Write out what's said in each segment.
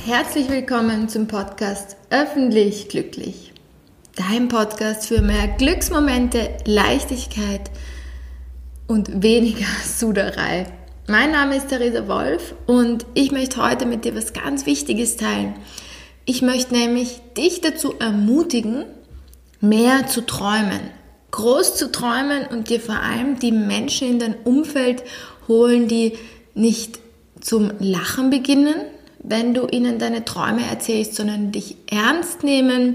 herzlich willkommen zum Podcast Öffentlich Glücklich. Dein Podcast für mehr Glücksmomente, Leichtigkeit und weniger Suderei. Mein Name ist Theresa Wolf und ich möchte heute mit dir was ganz Wichtiges teilen. Ich möchte nämlich dich dazu ermutigen, mehr zu träumen, groß zu träumen und dir vor allem die Menschen in dein Umfeld holen, die nicht zum Lachen beginnen, wenn du ihnen deine Träume erzählst, sondern dich ernst nehmen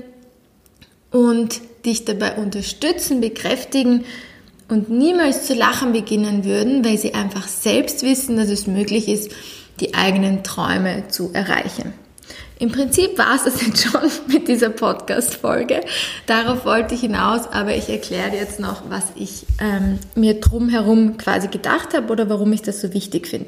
und dich dabei unterstützen, bekräftigen und niemals zu lachen beginnen würden, weil sie einfach selbst wissen, dass es möglich ist, die eigenen Träume zu erreichen. Im Prinzip war es das jetzt schon mit dieser Podcast-Folge. Darauf wollte ich hinaus, aber ich erkläre dir jetzt noch, was ich mir drumherum quasi gedacht habe oder warum ich das so wichtig finde.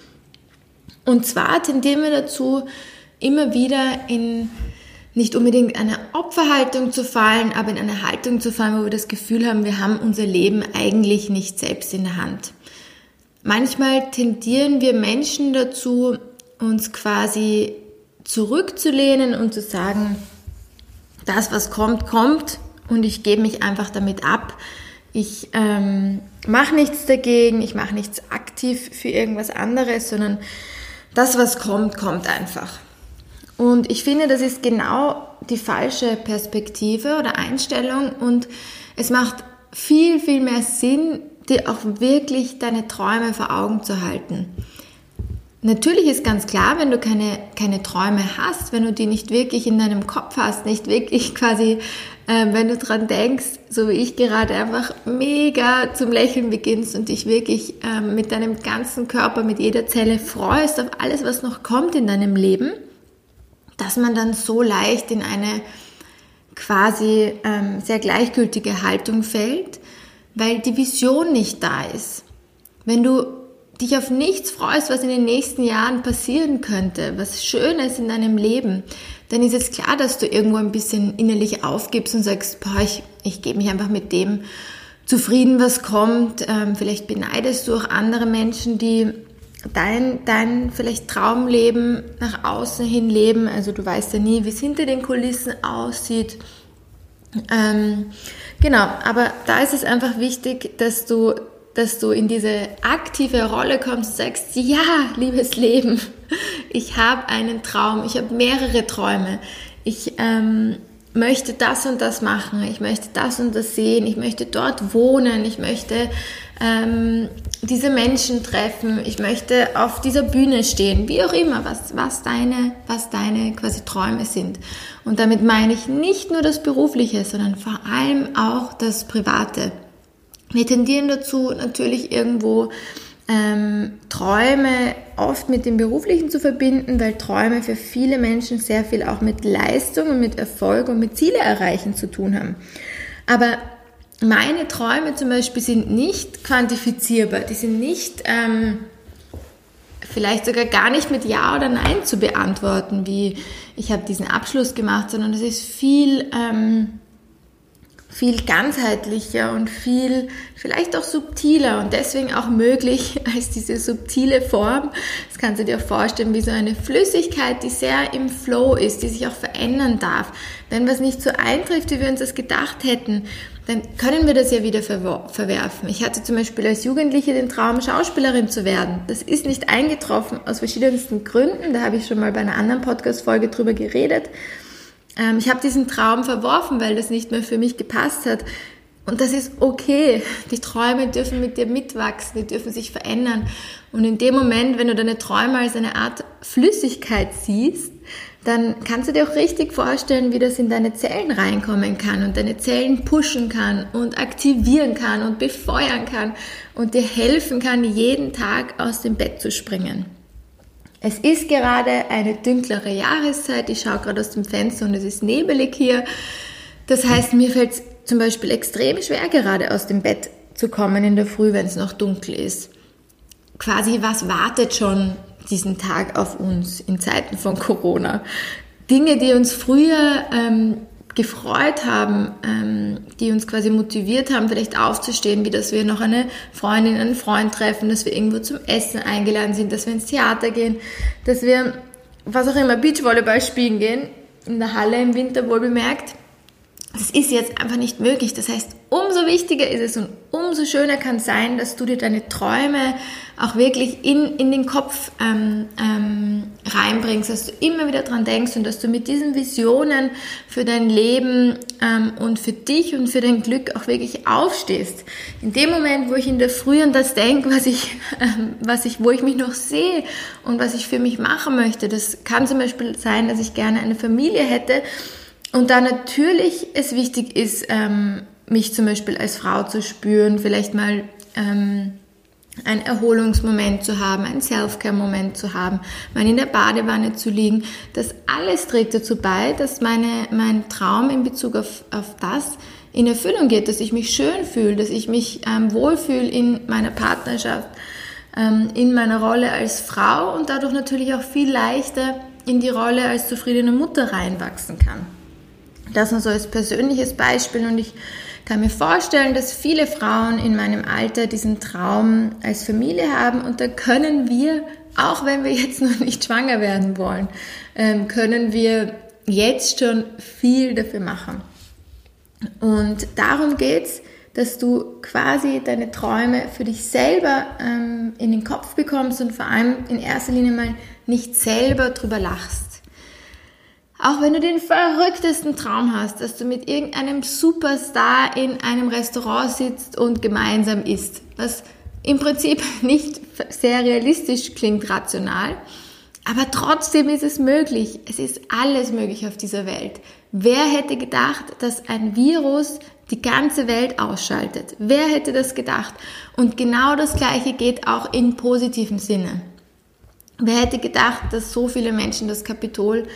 Und zwar tendieren wir dazu, immer wieder in nicht unbedingt eine Opferhaltung zu fallen, aber in eine Haltung zu fallen, wo wir das Gefühl haben, wir haben unser Leben eigentlich nicht selbst in der Hand. Manchmal tendieren wir Menschen dazu, uns quasi zurückzulehnen und zu sagen, das, was kommt, kommt und ich gebe mich einfach damit ab. Ich mache nichts dagegen, ich mache nichts aktiv für irgendwas anderes, sondern das, was kommt, kommt einfach. Und ich finde, das ist genau die falsche Perspektive oder Einstellung und es macht viel, viel mehr Sinn, dir auch wirklich deine Träume vor Augen zu halten. Natürlich ist ganz klar, wenn du keine Träume hast, wenn du die nicht wirklich in deinem Kopf hast, nicht wirklich quasi, wenn du dran denkst, so wie ich gerade einfach mega zum Lächeln beginnst und dich wirklich mit deinem ganzen Körper, mit jeder Zelle freust auf alles, was noch kommt in deinem Leben, dass man dann so leicht in eine quasi sehr gleichgültige Haltung fällt, weil die Vision nicht da ist. Wenn du dich auf nichts freust, was in den nächsten Jahren passieren könnte, was Schönes in deinem Leben, dann ist es klar, dass du irgendwo ein bisschen innerlich aufgibst und sagst, ich gebe mich einfach mit dem zufrieden, was kommt. Vielleicht beneidest du auch andere Menschen, die dein vielleicht Traumleben nach außen hin leben. Also du weißt ja nie, wie es hinter den Kulissen aussieht. Genau, aber da ist es einfach wichtig, dass du in diese aktive Rolle kommst und sagst, ja, liebes Leben, ich habe einen Traum, ich habe mehrere Träume, ich möchte das und das machen, ich möchte das und das sehen, ich möchte dort wohnen, ich möchte diese Menschen treffen, ich möchte auf dieser Bühne stehen, wie auch immer, was deine quasi Träume sind. Und damit meine ich nicht nur das Berufliche, sondern vor allem auch das Private. Wir tendieren dazu, natürlich irgendwo Träume oft mit dem Beruflichen zu verbinden, weil Träume für viele Menschen sehr viel auch mit Leistung und mit Erfolg und mit Ziele erreichen zu tun haben. Aber meine Träume zum Beispiel sind nicht quantifizierbar, die sind nicht vielleicht sogar gar nicht mit Ja oder Nein zu beantworten, wie ich habe diesen Abschluss gemacht, sondern es ist viel ganzheitlicher und viel vielleicht auch subtiler und deswegen auch möglich als diese subtile Form. Das kannst du dir auch vorstellen wie so eine Flüssigkeit, die sehr im Flow ist, die sich auch verändern darf. Wenn was nicht so eintrifft, wie wir uns das gedacht hätten, dann können wir das ja wieder verwerfen. Ich hatte zum Beispiel als Jugendliche den Traum, Schauspielerin zu werden. Das ist nicht eingetroffen aus verschiedensten Gründen. Da habe ich schon mal bei einer anderen Podcast-Folge drüber geredet. Ich habe diesen Traum verworfen, weil das nicht mehr für mich gepasst hat. Und das ist okay. Die Träume dürfen mit dir mitwachsen, die dürfen sich verändern. Und in dem Moment, wenn du deine Träume als eine Art Flüssigkeit siehst, dann kannst du dir auch richtig vorstellen, wie das in deine Zellen reinkommen kann und deine Zellen pushen kann und aktivieren kann und befeuern kann und dir helfen kann, jeden Tag aus dem Bett zu springen. Es ist gerade eine dunklere Jahreszeit, ich schaue gerade aus dem Fenster und es ist nebelig hier. Das heißt, mir fällt es zum Beispiel extrem schwer, gerade aus dem Bett zu kommen in der Früh, wenn es noch dunkel ist. Quasi, was wartet schon diesen Tag auf uns in Zeiten von Corona? Dinge, die uns früher gefreut haben, die uns quasi motiviert haben, vielleicht aufzustehen, wie dass wir noch eine Freundin, einen Freund treffen, dass wir irgendwo zum Essen eingeladen sind, dass wir ins Theater gehen, dass wir was auch immer, Beachvolleyball spielen gehen, in der Halle im Winter wohl bemerkt. Das ist jetzt einfach nicht möglich. Das heißt, umso wichtiger ist es und umso schöner kann es sein, dass du dir deine Träume auch wirklich in den Kopf reinbringst, dass du immer wieder dran denkst und dass du mit diesen Visionen für dein Leben und für dich und für dein Glück auch wirklich aufstehst. In dem Moment, wo ich in der Früh an das denke, wo ich mich noch sehe und was ich für mich machen möchte, das kann zum Beispiel sein, dass ich gerne eine Familie hätte. Und da natürlich es wichtig ist, mich zum Beispiel als Frau zu spüren, vielleicht mal einen Erholungsmoment zu haben, einen Self-Care-Moment zu haben, mal in der Badewanne zu liegen. Das alles trägt dazu bei, dass mein Traum in Bezug auf das in Erfüllung geht, dass ich mich schön fühle, dass ich mich wohlfühle in meiner Partnerschaft, in meiner Rolle als Frau und dadurch natürlich auch viel leichter in die Rolle als zufriedene Mutter reinwachsen kann. Das nur so als persönliches Beispiel und ich kann mir vorstellen, dass viele Frauen in meinem Alter diesen Traum als Familie haben und da können wir, auch wenn wir jetzt noch nicht schwanger werden wollen, können wir jetzt schon viel dafür machen. Und darum geht's, dass du quasi deine Träume für dich selber in den Kopf bekommst und vor allem in erster Linie mal nicht selber drüber lachst. Auch wenn du den verrücktesten Traum hast, dass du mit irgendeinem Superstar in einem Restaurant sitzt und gemeinsam isst, was im Prinzip nicht sehr realistisch klingt, rational, aber trotzdem ist es möglich. Es ist alles möglich auf dieser Welt. Wer hätte gedacht, dass ein Virus die ganze Welt ausschaltet? Wer hätte das gedacht? Und genau das Gleiche geht auch in positivem Sinne. Wer hätte gedacht, dass so viele Menschen das Kapitol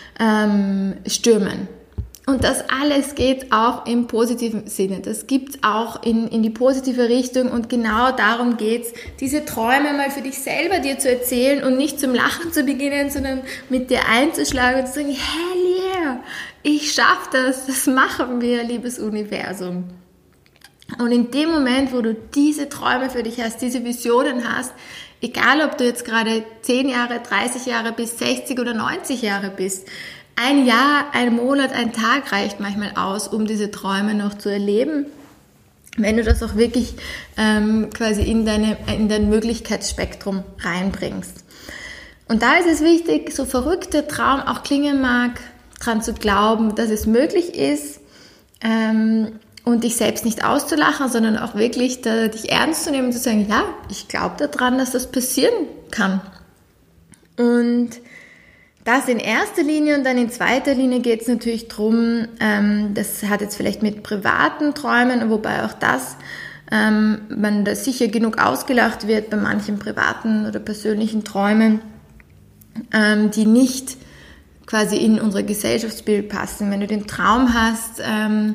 stürmen? Und das alles geht auch im positiven Sinne. Das gibt's auch in die positive Richtung und genau darum geht's, diese Träume mal für dich selber dir zu erzählen und nicht zum Lachen zu beginnen, sondern mit dir einzuschlagen und zu sagen, hell yeah, ich schaff das, das machen wir, liebes Universum. Und in dem Moment, wo du diese Träume für dich hast, diese Visionen hast, egal ob du jetzt gerade 10 Jahre, 30 Jahre bist, 60 oder 90 Jahre bist, ein Jahr, ein Monat, ein Tag reicht manchmal aus, um diese Träume noch zu erleben, wenn du das auch wirklich quasi in dein Möglichkeitsspektrum reinbringst. Und da ist es wichtig, so verrückt der Traum auch klingen mag, dran zu glauben, dass es möglich ist, und dich selbst nicht auszulachen, sondern auch wirklich dich ernst zu nehmen und zu sagen, ja, ich glaube daran, dass das passieren kann. Und das in erster Linie und dann in zweiter Linie geht es natürlich darum, das hat jetzt vielleicht mit privaten Träumen, wobei auch das, man da sicher genug ausgelacht wird bei manchen privaten oder persönlichen Träumen, die nicht quasi in unser Gesellschaftsbild passen. Wenn du den Traum hast,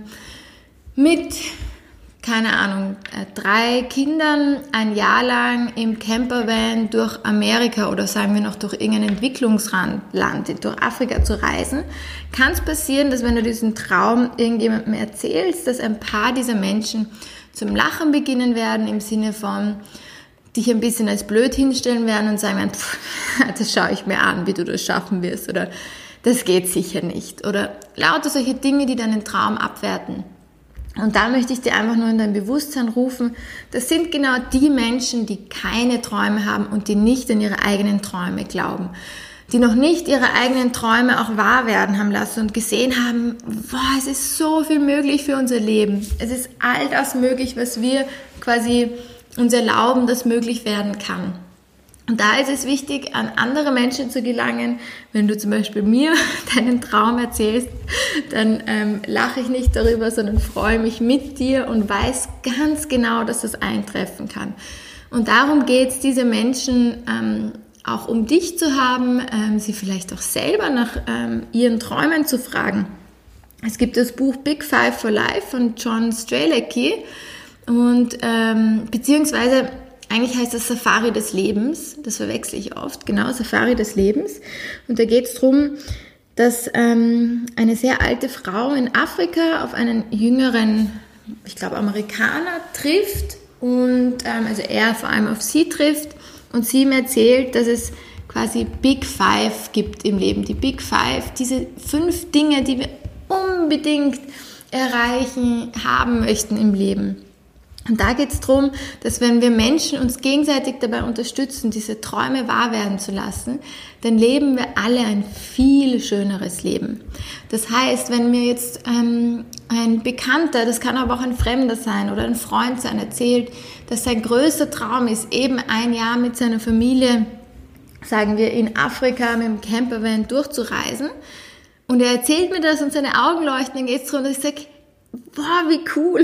mit, keine Ahnung, 3 Kindern ein Jahr lang im Campervan durch Amerika oder sagen wir noch durch irgendein Entwicklungsland, durch Afrika zu reisen, kann es passieren, dass wenn du diesen Traum irgendjemandem erzählst, dass ein paar dieser Menschen zum Lachen beginnen werden, im Sinne von dich ein bisschen als blöd hinstellen werden und sagen, das schaue ich mir an, wie du das schaffen wirst oder das geht sicher nicht oder lauter solche Dinge, die deinen Traum abwerten. Und da möchte ich dir einfach nur in dein Bewusstsein rufen, das sind genau die Menschen, die keine Träume haben und die nicht an ihre eigenen Träume glauben, die noch nicht ihre eigenen Träume auch wahr werden haben lassen und gesehen haben, es ist so viel möglich für unser Leben. Es ist all das möglich, was wir quasi uns erlauben, dass möglich werden kann. Und da ist es wichtig, an andere Menschen zu gelangen. Wenn du zum Beispiel mir deinen Traum erzählst, dann lache ich nicht darüber, sondern freue mich mit dir und weiß ganz genau, dass das eintreffen kann. Und darum geht es, diese Menschen auch um dich zu haben, sie vielleicht auch selber nach ihren Träumen zu fragen. Es gibt das Buch Big Five for Life von John Strzelecki und beziehungsweise eigentlich heißt das Safari des Lebens, das verwechsel ich oft, genau, Safari des Lebens. Und da geht es darum, dass eine sehr alte Frau in Afrika auf einen jüngeren, ich glaube Amerikaner, trifft und also er vor allem auf sie trifft und sie ihm erzählt, dass es quasi Big Five gibt im Leben. Die Big Five, diese 5 Dinge, die wir unbedingt erreichen, haben möchten im Leben. Und da geht es darum, dass wenn wir Menschen uns gegenseitig dabei unterstützen, diese Träume wahr werden zu lassen, dann leben wir alle ein viel schöneres Leben. Das heißt, wenn mir jetzt ein Bekannter, das kann aber auch ein Fremder sein oder ein Freund sein, erzählt, dass sein größter Traum ist, eben ein Jahr mit seiner Familie, sagen wir in Afrika mit dem Campervan durchzureisen, und er erzählt mir das und seine Augen leuchten, dann geht es darum, dass ich sage, boah, wie cool,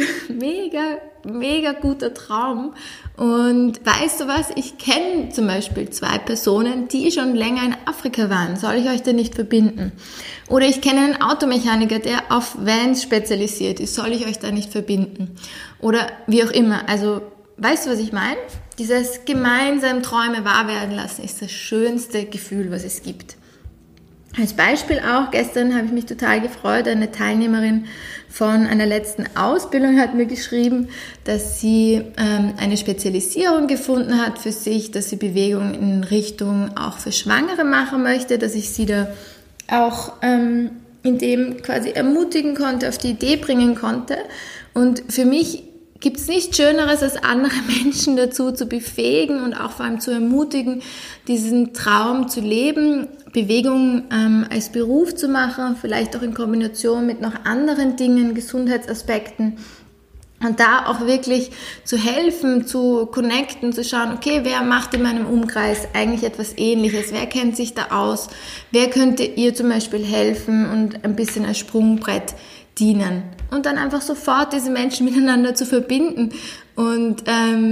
mega guter Traum. Und weißt du was, ich kenne zum Beispiel 2 Personen, die schon länger in Afrika waren. Soll ich euch denn nicht verbinden? Oder ich kenne einen Automechaniker, der auf Vans spezialisiert ist. Soll ich euch da nicht verbinden? Oder wie auch immer. Also, weißt du, was ich meine? Dieses gemeinsam Träume wahr werden lassen ist das schönste Gefühl, was es gibt. Als Beispiel auch, gestern habe ich mich total gefreut, eine Teilnehmerin von einer letzten Ausbildung hat mir geschrieben, dass sie eine Spezialisierung gefunden hat für sich, dass sie Bewegung in Richtung auch für Schwangere machen möchte, dass ich sie da auch in dem quasi ermutigen konnte, auf die Idee bringen konnte. Und für mich gibt es nichts Schöneres, als andere Menschen dazu zu befähigen und auch vor allem zu ermutigen, diesen Traum zu leben, Bewegung als Beruf zu machen, vielleicht auch in Kombination mit noch anderen Dingen, Gesundheitsaspekten. Und da auch wirklich zu helfen, zu connecten, zu schauen, okay, wer macht in meinem Umkreis eigentlich etwas Ähnliches? Wer kennt sich da aus? Wer könnte ihr zum Beispiel helfen und ein bisschen als Sprungbrett dienen? Und dann einfach sofort diese Menschen miteinander zu verbinden und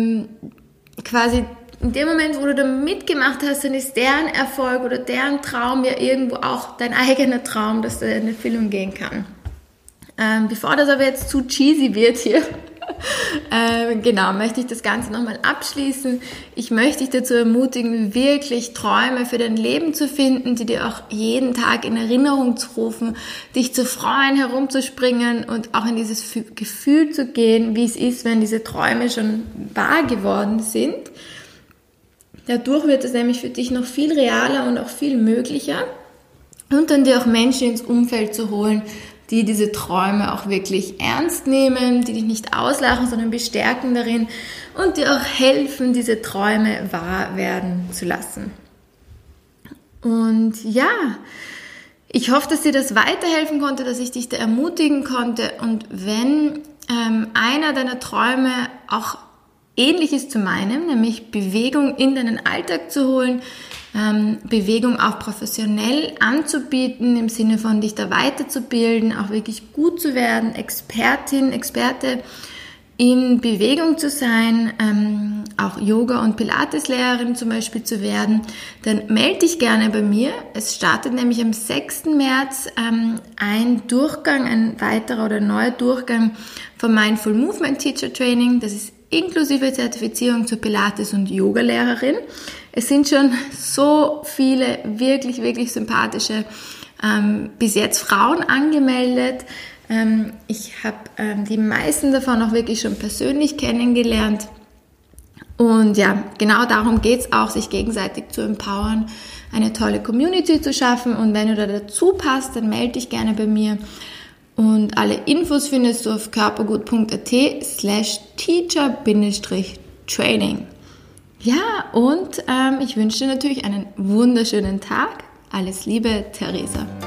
quasi in dem Moment, wo du da mitgemacht hast, dann ist deren Erfolg oder deren Traum ja irgendwo auch dein eigener Traum, dass der in Erfüllung gehen kann. Bevor das aber jetzt zu cheesy wird hier, möchte ich das Ganze nochmal abschließen. Ich möchte dich dazu ermutigen, wirklich Träume für dein Leben zu finden, die dir auch jeden Tag in Erinnerung zu rufen, dich zu freuen, herumzuspringen und auch in dieses Gefühl zu gehen, wie es ist, wenn diese Träume schon wahr geworden sind. Dadurch wird es nämlich für dich noch viel realer und auch viel möglicher. Und dann dir auch Menschen ins Umfeld zu holen, die diese Träume auch wirklich ernst nehmen, die dich nicht auslachen, sondern bestärken darin und dir auch helfen, diese Träume wahr werden zu lassen. Und ja, ich hoffe, dass dir das weiterhelfen konnte, dass ich dich da ermutigen konnte. Und wenn einer deiner Träume auch ähnlich ist zu meinem, nämlich Bewegung in deinen Alltag zu holen, Bewegung auch professionell anzubieten, im Sinne von dich da weiterzubilden, auch wirklich gut zu werden, Experte in Bewegung zu sein, auch Yoga- und Pilates-Lehrerin zum Beispiel zu werden, dann melde dich gerne bei mir. Es startet nämlich am 6. März ein weiterer oder neuer Durchgang vom Mindful Movement Teacher Training. Das ist inklusive Zertifizierung zur Pilates- und Yoga-Lehrerin. Es sind schon so viele wirklich sympathische bis jetzt Frauen angemeldet. Ich habe die meisten davon auch wirklich schon persönlich kennengelernt. Und ja, genau darum geht es auch, sich gegenseitig zu empowern, eine tolle Community zu schaffen. Und wenn du da dazu passt, dann melde dich gerne bei mir. Und alle Infos findest du auf körpergut.at/teacher-training. Ja, und ich wünsche dir natürlich einen wunderschönen Tag. Alles Liebe, Theresa.